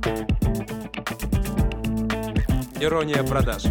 Ирония продаж.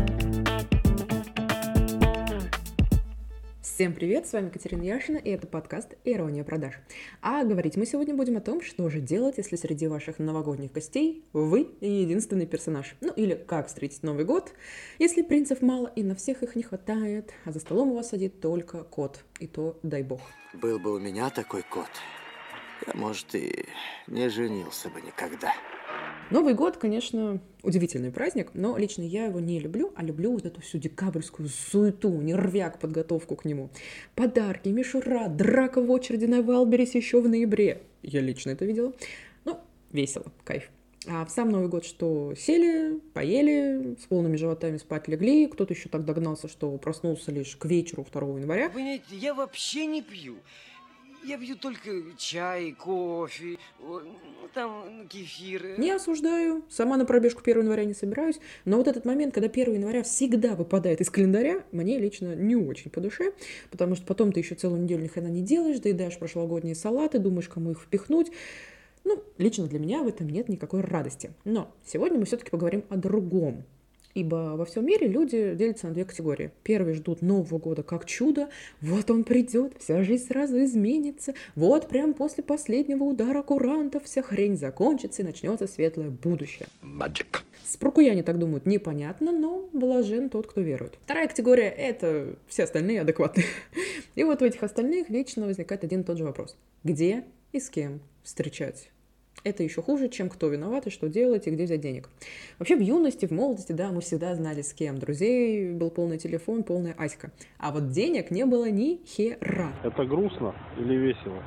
Всем привет, с вами Катерина Яшина, и это подкаст «Ирония продаж». А говорить мы сегодня будем о том, что же делать, если среди ваших новогодних гостей вы единственный персонаж. Ну или как встретить Новый год, если принцев мало и на всех их не хватает, а за столом у вас сидит только кот, и то дай бог. Был бы у меня такой кот, я, может, и не женился бы никогда. Новый год, конечно, удивительный праздник, но лично я его не люблю, а люблю вот эту всю декабрьскую суету, нервяк, подготовку к нему. Подарки, мишура, драка в очереди на Вайлдберрисе еще в ноябре. Я лично это видела. Ну, весело, кайф. А в сам Новый год что? Сели, поели, с полными животами спать легли. Кто-то еще так догнался, что проснулся лишь к вечеру 2 января. Вы понимаете, я вообще не пью. Я пью только чай, кофе, там кефир. Не осуждаю, сама на пробежку 1 января не собираюсь, но вот этот момент, когда 1 января всегда выпадает из календаря, мне лично не очень по душе, потому что потом ты еще целую неделю ни хрена не делаешь, доедаешь прошлогодние салаты, думаешь, кому их впихнуть. Ну, лично для меня в этом нет никакой радости. Но сегодня мы все-таки поговорим о другом. Ибо во всем мире люди делятся на 2 категории. Первые ждут Нового года как чудо. Вот он придет, вся жизнь сразу изменится. Вот прям после последнего удара курантов вся хрень закончится и начнется светлое будущее. Magic. Спрукуяне так думают, непонятно, но блажен тот, кто верует. Вторая категория – это все остальные адекватные. И вот у этих остальных вечно возникает один и тот же вопрос. Где и с кем встречать? Это еще хуже, чем кто виноват и что делать, и где взять денег. Вообще в юности, в молодости, да, мы всегда знали с кем. Друзей был полный телефон, полная аська. А вот денег не было ни хера. Это грустно или весело?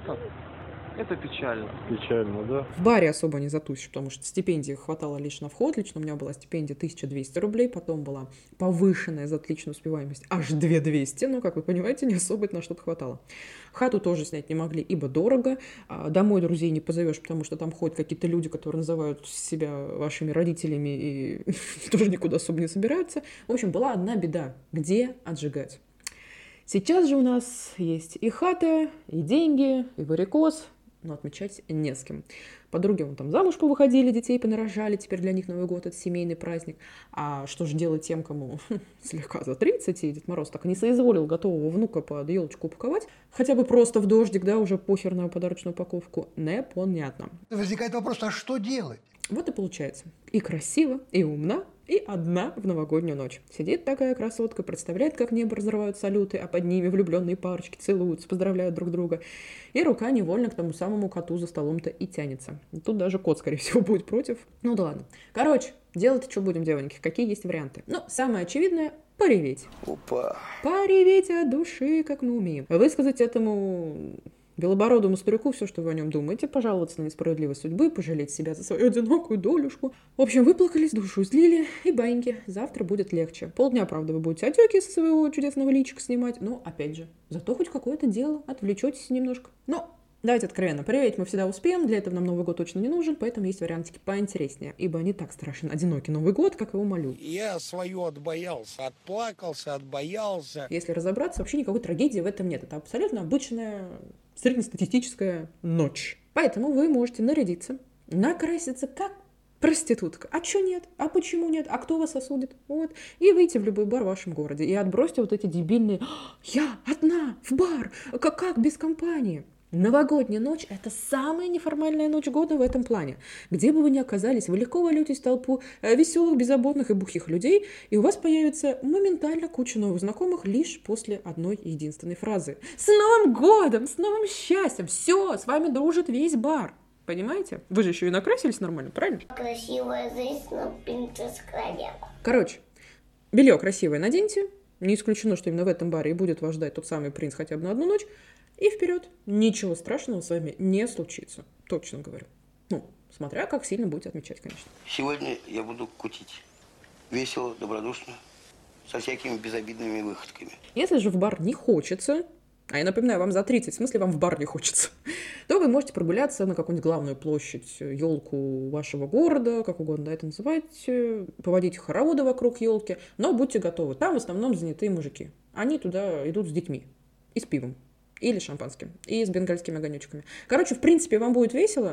Это печально. Печально, да? В баре особо не затусишь, потому что стипендии хватало лишь на вход. Лично у меня была стипендия 1200 рублей, потом была повышенная за отличную успеваемость аж 2200. Но, как вы понимаете, не особо на что-то хватало. Хату тоже снять не могли, ибо дорого. Домой друзей не позовешь, потому что там ходят какие-то люди, которые называют себя вашими родителями и тоже никуда особо не собираются. В общем, была одна беда. Где отжигать? Сейчас же у нас есть и хата, и деньги, и варикоз, но отмечать не с кем. Подруги вон там замуж повыходили, детей понарожали, теперь для них Новый год – это семейный праздник. А что же делать тем, кому слегка за 30, и Дед Мороз так и не соизволил готового внука под елочку упаковать? Хотя бы просто в дождик, да, уже похер на подарочную упаковку. Непонятно. Возникает вопрос, а что делать? Вот и получается. И красиво, и умна, и одна в новогоднюю ночь. Сидит такая красотка, представляет, как небо разрывают салюты, а под ними влюбленные парочки целуются, поздравляют друг друга. И рука невольно к тому самому коту за столом-то и тянется. Тут даже кот, скорее всего, будет против. Ну да ладно. Короче, делать что будем, девоньки? Какие есть варианты? Ну, самое очевидное – пореветь. Опа. Пореветь от души, как мы умеем. Высказать этому белобородому старику все, что вы о нем думаете, пожаловаться на несправедливость судьбы, пожалеть себя за свою одинокую долюшку. В общем, выплакались, душу излили, и баньки, завтра будет легче. Полдня, правда, вы будете отеки со своего чудесного личика снимать, но, опять же, зато хоть какое-то дело, отвлечетесь немножко. Но давайте откровенно, проверить мы всегда успеем, для этого нам Новый год точно не нужен, поэтому есть вариантики поинтереснее, ибо не так страшен одинокий Новый год, как его молю. Я свое отбоялся, отплакался, отбоялся. Если разобраться, вообще никакой трагедии в этом нет. Это абсолютно обычная среднестатистическая ночь. Поэтому вы можете нарядиться, накраситься как проститутка. А чё нет? А почему нет? А кто вас осудит? Вот. И выйти в любой бар в вашем городе. И отбросьте вот эти дебильные «Я одна в бар! Как без компании?» Новогодняя ночь – это самая неформальная ночь года в этом плане. Где бы вы ни оказались, вы легко вольетесь в толпу веселых, беззаботных и бухих людей, и у вас появится моментально куча новых знакомых лишь после одной единственной фразы. «С Новым годом! С новым счастьем! Все, с вами дружит весь бар!» Понимаете? Вы же еще и накрасились нормально, правильно? Красивая жизнь, но принцесса королева. Короче, белье красивое наденьте. Не исключено, что именно в этом баре и будет вас ждать тот самый принц хотя бы на одну ночь. И вперед. Ничего страшного с вами не случится. Точно говорю. Ну, смотря как сильно будете отмечать, конечно. Сегодня я буду кутить. Весело, добродушно, со всякими безобидными выходками. Если же в бар не хочется, а я напоминаю, вам за 30, в смысле вам в бар не хочется, то вы можете прогуляться на какую-нибудь главную площадь, елку вашего города, как угодно это называть, поводить хороводы вокруг елки, но будьте готовы. Там в основном занятые мужики. Они туда идут с детьми и с пивом. Или шампанским, и с бенгальскими огонечками. Короче, в принципе, вам будет весело,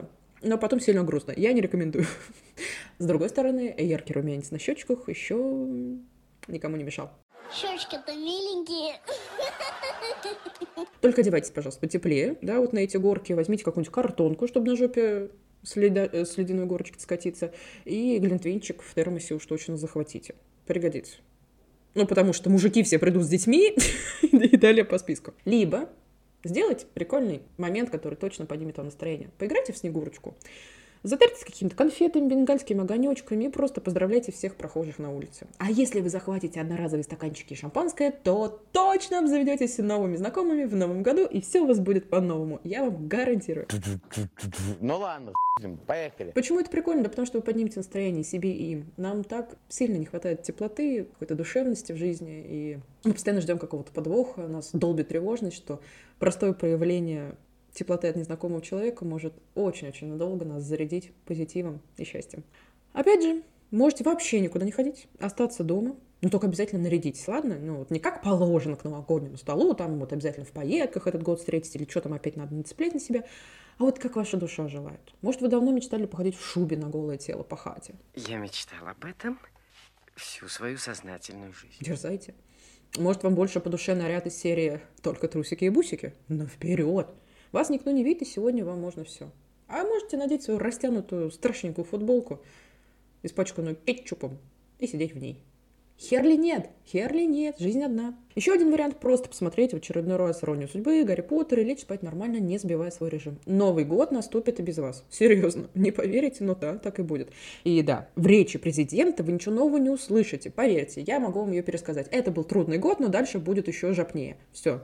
но потом сильно грустно. Я не рекомендую. С другой стороны, яркий румянец на щечках еще никому не мешал. Щечки-то миленькие. Только одевайтесь, пожалуйста, потеплее, да, вот на эти горки. Возьмите какую-нибудь картонку, чтобы на жопе с ледяной горочки скатиться, и глинтвейнчик в термосе уж точно захватите. Пригодится. Ну, потому что мужики все придут с детьми и далее по списку. Либо сделайте прикольный момент, который точно поднимет вам настроение. Поиграйте в Снегурочку. Затарьтесь какими-то конфетами, бенгальскими огонечками и просто поздравляйте всех прохожих на улице. А если вы захватите одноразовые стаканчики и шампанское, то точно обзаведетесь новыми знакомыми в новом году, и все у вас будет по-новому. Я вам гарантирую. Ну ладно, поехали. Почему это прикольно? Да потому что вы поднимете настроение себе и им. Нам так сильно не хватает теплоты, какой-то душевности в жизни, и мы постоянно ждем какого-то подвоха, нас долбит тревожность, что простое проявление теплоты от незнакомого человека может очень-очень надолго нас зарядить позитивом и счастьем. Опять же, можете вообще никуда не ходить, остаться дома, но только обязательно нарядитесь, ладно? Ну, вот не как положено к новогоднему столу, там вот обязательно в пайетках этот год встретить, или что там опять надо нацеплять на себя, а вот как ваша душа желает. Может, вы давно мечтали походить в шубе на голое тело по хате? Я мечтал об этом всю свою сознательную жизнь. Дерзайте. Может, вам больше по душе наряд из серии «Только трусики и бусики»? Ну, вперед! Вас никто не видит, и сегодня вам можно все. А можете надеть свою растянутую страшненькую футболку, испачканную кетчупом, и сидеть в ней. Херли нет, жизнь одна. Еще один вариант — просто посмотреть в очередной раз «Иронию судьбы», «Гарри Поттер» и лечь спать нормально, не сбивая свой режим. Новый год наступит и без вас. Серьезно, не поверите, но да, так и будет. И да, в речи президента вы ничего нового не услышите. Поверьте, я могу вам ее пересказать. Это был трудный год, но дальше будет еще жопнее. Все.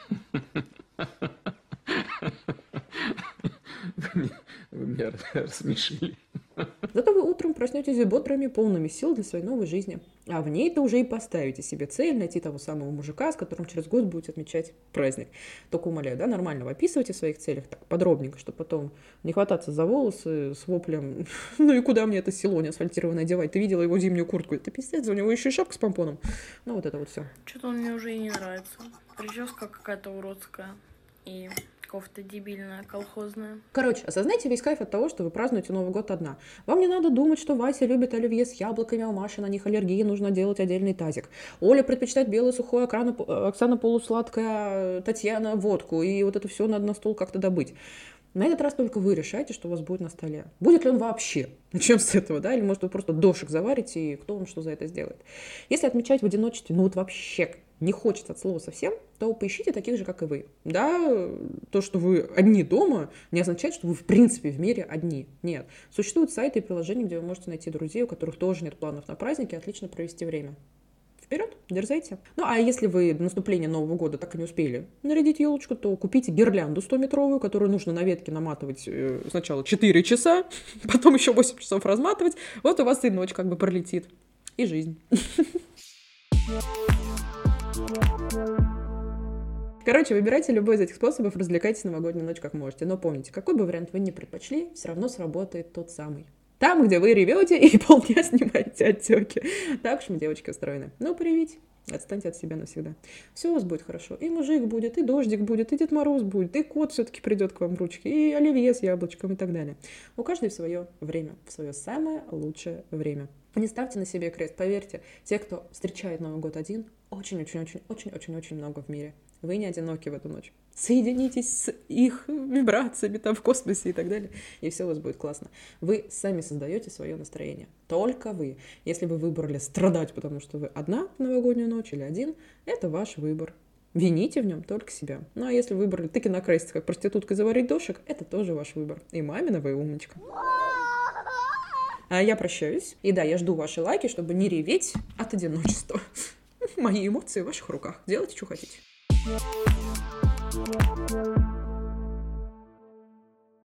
Вы меня рассмешили. Зато вы утром проснетесь бодрыми, полными сил для своей новой жизни. А в ней-то уже и поставите себе цель найти того самого мужика, с которым через год будете отмечать праздник. Только умоляю, да, нормально описывайте в своих целях так подробненько, чтобы потом не хвататься за волосы с воплем. Ну и куда мне это село не асфальтированное девать? Ты видела его зимнюю куртку? Это пиздец, у него еще и шапка с помпоном. Ну вот это вот все. Что-то он мне уже и не нравится. Прическа какая-то уродская. И кофта дебильная, колхозная. Короче, осознайте весь кайф от того, что вы празднуете Новый год одна. Вам не надо думать, что Вася любит оливье с яблоками, а у Маши на них аллергия, нужно делать отдельный тазик. Оля предпочитает белый сухой, Оксана полусладкая, Татьяна водку. И вот это все надо на стол как-то добыть. На этот раз только вы решаете, что у вас будет на столе. Будет ли он вообще? Начнем с этого, да? Или, может, вы просто дошик заварите, и кто вам что за это сделает? Если отмечать в одиночестве, ну вот вообще не хочется от слова совсем, то поищите таких же, как и вы. Да, то, что вы одни дома, не означает, что вы в принципе в мире одни. Нет. Существуют сайты и приложения, где вы можете найти друзей, у которых тоже нет планов на праздники, отлично провести время. Вперед, дерзайте. Ну, а если вы до наступления Нового года так и не успели нарядить елочку, то купите гирлянду 100-метровую, которую нужно на ветке наматывать сначала 4 часа, потом еще 8 часов разматывать. Вот у вас и ночь как бы пролетит. И жизнь. Короче, выбирайте любой из этих способов, развлекайтесь новогоднюю ночь как можете. Но помните, какой бы вариант вы ни предпочли, все равно сработает тот самый. Там, где вы ревете и полдня снимаете отеки. Так уж мы, девочки, устроены. Ну, поревите, отстаньте от себя навсегда. Все у вас будет хорошо. И мужик будет, и дождик будет, и Дед Мороз будет, и кот все-таки придет к вам в ручки, и оливье с яблочком и так далее. У каждого в свое время, в свое самое лучшее время. Не ставьте на себе крест, поверьте, те, кто встречает Новый год один, очень-очень-очень-очень-очень много в мире. Вы не одиноки в эту ночь. Соединитесь с их вибрациями там в космосе и так далее, и все у вас будет классно. Вы сами создаете свое настроение. Только вы. Если вы выбрали страдать, потому что вы одна в новогоднюю ночь или один, это ваш выбор. Вините в нем только себя. Ну а если выбрали таки накраситься как проститутка и заварить дошек, это тоже ваш выбор. И мамина вы умничка. А я прощаюсь. И да, я жду ваши лайки, чтобы не реветь от одиночества. Мои эмоции в ваших руках. Делайте, что хотите.